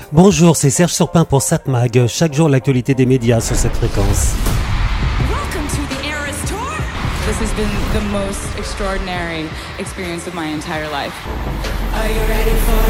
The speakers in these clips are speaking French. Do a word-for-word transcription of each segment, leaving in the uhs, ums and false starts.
Bonjour, c'est Serge Surpin pour Satmag. Chaque jour, l'actualité des médias sur cette fréquence. Welcome to the Eras Tour. This has been the most extraordinary experience of my entire life. Are you ready for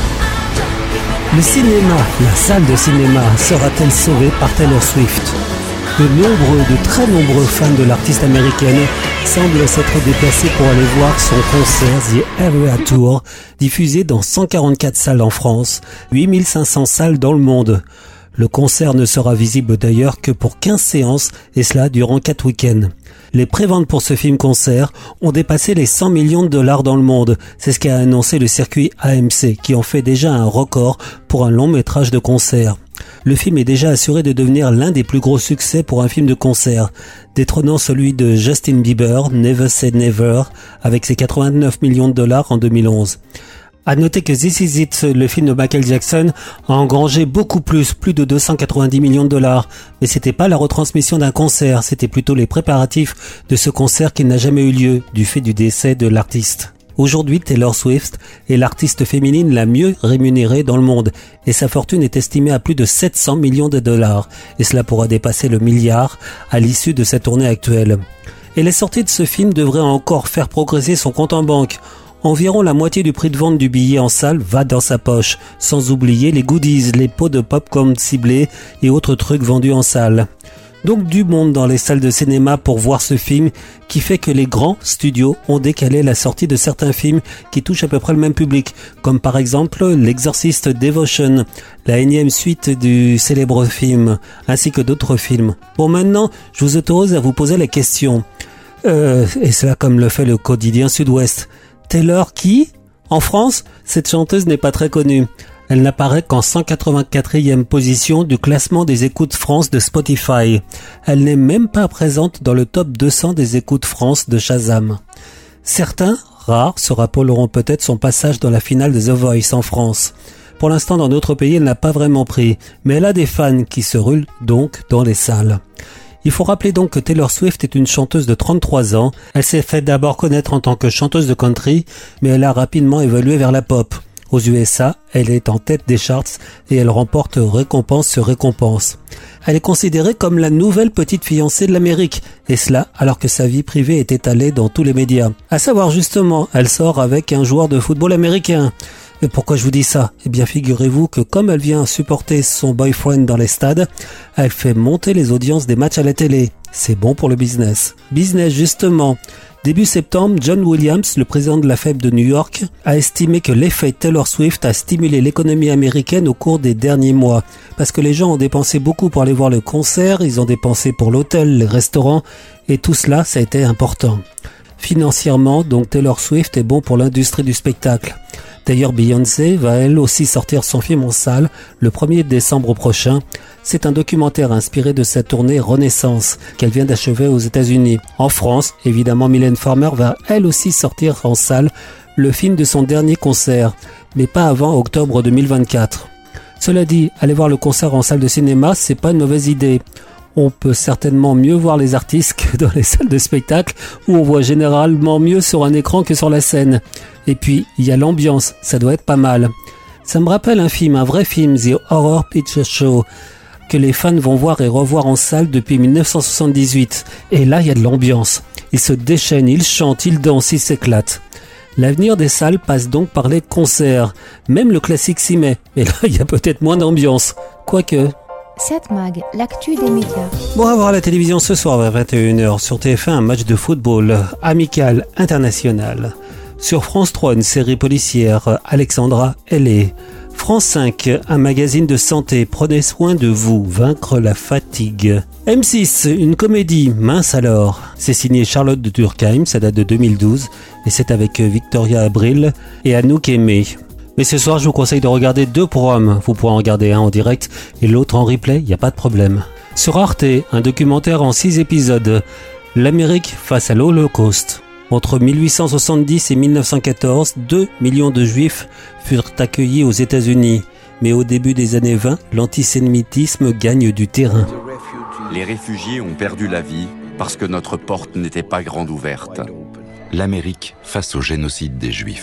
it? Le cinéma, la salle de cinéma, sera-t-elle sauvée par Taylor Swift ? De nombreux, de très nombreux fans de l'artiste américaine semblent s'être déplacés pour aller voir son concert The Eras Tour, diffusé dans cent quarante-quatre salles en France, huit mille cinq cents salles dans le monde. Le concert ne sera visible d'ailleurs que pour quinze séances, et cela durant quatre week-ends. Les préventes pour ce film-concert ont dépassé les cent millions de dollars dans le monde. C'est ce qu'a annoncé le circuit A M C, qui en fait déjà un record pour un long métrage de concert. Le film est déjà assuré de devenir l'un des plus gros succès pour un film de concert, détrônant celui de Justin Bieber, Never Say Never, avec ses quatre-vingt-neuf millions de dollars en deux mille onze. À noter que This Is It, le film de Michael Jackson, a engrangé beaucoup plus, plus de deux cent quatre-vingt-dix millions de dollars. Mais c'était pas la retransmission d'un concert, c'était plutôt les préparatifs de ce concert qui n'a jamais eu lieu, du fait du décès de l'artiste. Aujourd'hui, Taylor Swift est l'artiste féminine la mieux rémunérée dans le monde et sa fortune est estimée à plus de sept cents millions de dollars et cela pourra dépasser le milliard à l'issue de sa tournée actuelle. Et les sorties de ce film devraient encore faire progresser son compte en banque. Environ la moitié du prix de vente du billet en salle va dans sa poche, sans oublier les goodies, les pots de popcorn ciblés et autres trucs vendus en salle. Donc du monde dans les salles de cinéma pour voir ce film qui fait que les grands studios ont décalé la sortie de certains films qui touchent à peu près le même public, comme par exemple L'Exorciste Devotion, la énième suite du célèbre film, ainsi que d'autres films. Bon, maintenant, je vous autorise à vous poser la question, euh, et cela comme le fait le quotidien Sud-Ouest. Taylor qui ? En France, cette chanteuse n'est pas très connue. Elle n'apparaît qu'en cent quatre-vingt-quatrième position du classement des écoutes France de Spotify. Elle n'est même pas présente dans le top deux cents des écoutes France de Shazam. Certains, rares, se rappelleront peut-être son passage dans la finale de The Voice en France. Pour l'instant, dans d'autres pays, elle n'a pas vraiment pris, mais elle a des fans qui se rulent donc dans les salles. Il faut rappeler donc que Taylor Swift est une chanteuse de trente-trois ans. Elle s'est fait d'abord connaître en tant que chanteuse de country, mais elle a rapidement évolué vers la pop. Aux U S A, elle est en tête des charts et elle remporte récompense sur récompense. Elle est considérée comme la nouvelle petite fiancée de l'Amérique, et cela alors que sa vie privée est étalée dans tous les médias. À savoir justement, elle sort avec un joueur de football américain. Et pourquoi je vous dis ça ? Eh bien, figurez-vous que comme elle vient supporter son boyfriend dans les stades, elle fait monter les audiences des matchs à la télé. C'est bon pour le business. Business justement. Début septembre, John Williams, le président de la Fed de New York, a estimé que l'effet Taylor Swift a stimulé l'économie américaine au cours des derniers mois. Parce que les gens ont dépensé beaucoup pour aller voir le concert, ils ont dépensé pour l'hôtel, les restaurants, et tout cela, ça a été important. Financièrement, donc Taylor Swift est bon pour l'industrie du spectacle. D'ailleurs, Beyoncé va elle aussi sortir son film en salle le premier décembre prochain. C'est un documentaire inspiré de sa tournée Renaissance qu'elle vient d'achever aux États-Unis. En France, évidemment, Mylène Farmer va elle aussi sortir en salle le film de son dernier concert, mais pas avant octobre deux mille vingt-quatre. Cela dit, aller voir le concert en salle de cinéma, c'est pas une mauvaise idée. On peut certainement mieux voir les artistes que dans les salles de spectacle où on voit généralement mieux sur un écran que sur la scène. Et puis, il y a l'ambiance, ça doit être pas mal. Ça me rappelle un film, un vrai film, The Horror Picture Show, que les fans vont voir et revoir en salle depuis dix-neuf cent soixante-dix-huit. Et là, il y a de l'ambiance. Ils se déchaînent, ils chantent, ils dansent, ils s'éclatent. L'avenir des salles passe donc par les concerts. Même le classique s'y met. Mais là, il y a peut-être moins d'ambiance. Quoique... Satmag, l'actu des médias. Bon, à voir à la télévision ce soir vers vingt et une heures sur T F un, un match de football amical international. Sur France trois, une série policière, Alexandra L A. France cinq, un magazine de santé, prenez soin de vous, vaincre la fatigue. M six, une comédie, mince alors. C'est signé Charlotte de Turckheim, ça date de deux mille douze, et c'est avec Victoria Abril et Anouk Aimé. Mais ce soir, je vous conseille de regarder deux programmes. Vous pourrez en regarder un en direct et l'autre en replay, il n'y a pas de problème. Sur Arte, un documentaire en six épisodes. L'Amérique face à l'Holocauste. Entre mille huit cent soixante-dix et mille neuf cent quatorze, deux millions de Juifs furent accueillis aux États-Unis. Mais au début des années vingt, l'antisémitisme gagne du terrain. Les réfugiés ont perdu la vie parce que notre porte n'était pas grande ouverte. L'Amérique face au génocide des Juifs.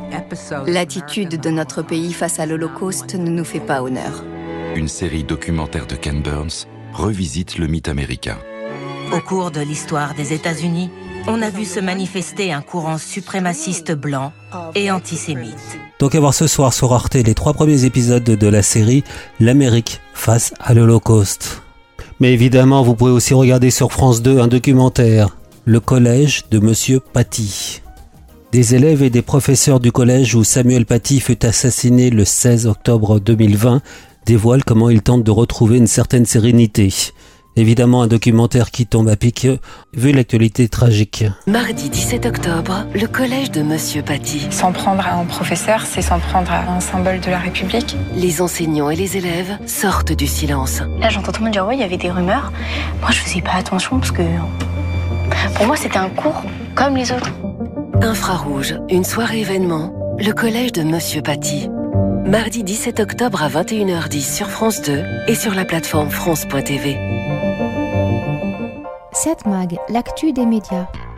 L'attitude de notre pays face à l'Holocauste ne nous fait pas honneur. Une série documentaire de Ken Burns revisite le mythe américain. Au cours de l'histoire des États-Unis, on a vu se manifester un courant suprémaciste blanc et antisémite. Donc à voir ce soir sur Arte les trois premiers épisodes de la série L'Amérique face à l'Holocauste. Mais évidemment, vous pouvez aussi regarder sur France deux un documentaire, Le collège de Monsieur Paty. Des élèves et des professeurs du collège où Samuel Paty fut assassiné le seize octobre deux mille vingt dévoilent comment il tente de retrouver une certaine sérénité. Évidemment, un documentaire qui tombe à pic, vu l'actualité tragique. Mardi dix-sept octobre, le collège de Monsieur Paty. S'en prendre à un professeur, c'est s'en prendre à un symbole de la République. Les enseignants et les élèves sortent du silence. Là, j'entends tout le monde dire, ouais, il y avait des rumeurs. Moi, je faisais pas attention parce que... Pour moi, c'était un cours comme les autres. Infrarouge, une soirée événement, le collège de Monsieur Paty. Mardi dix-sept octobre à vingt et une heures dix sur France deux et sur la plateforme France point T V. sept Mag, l'actu des médias.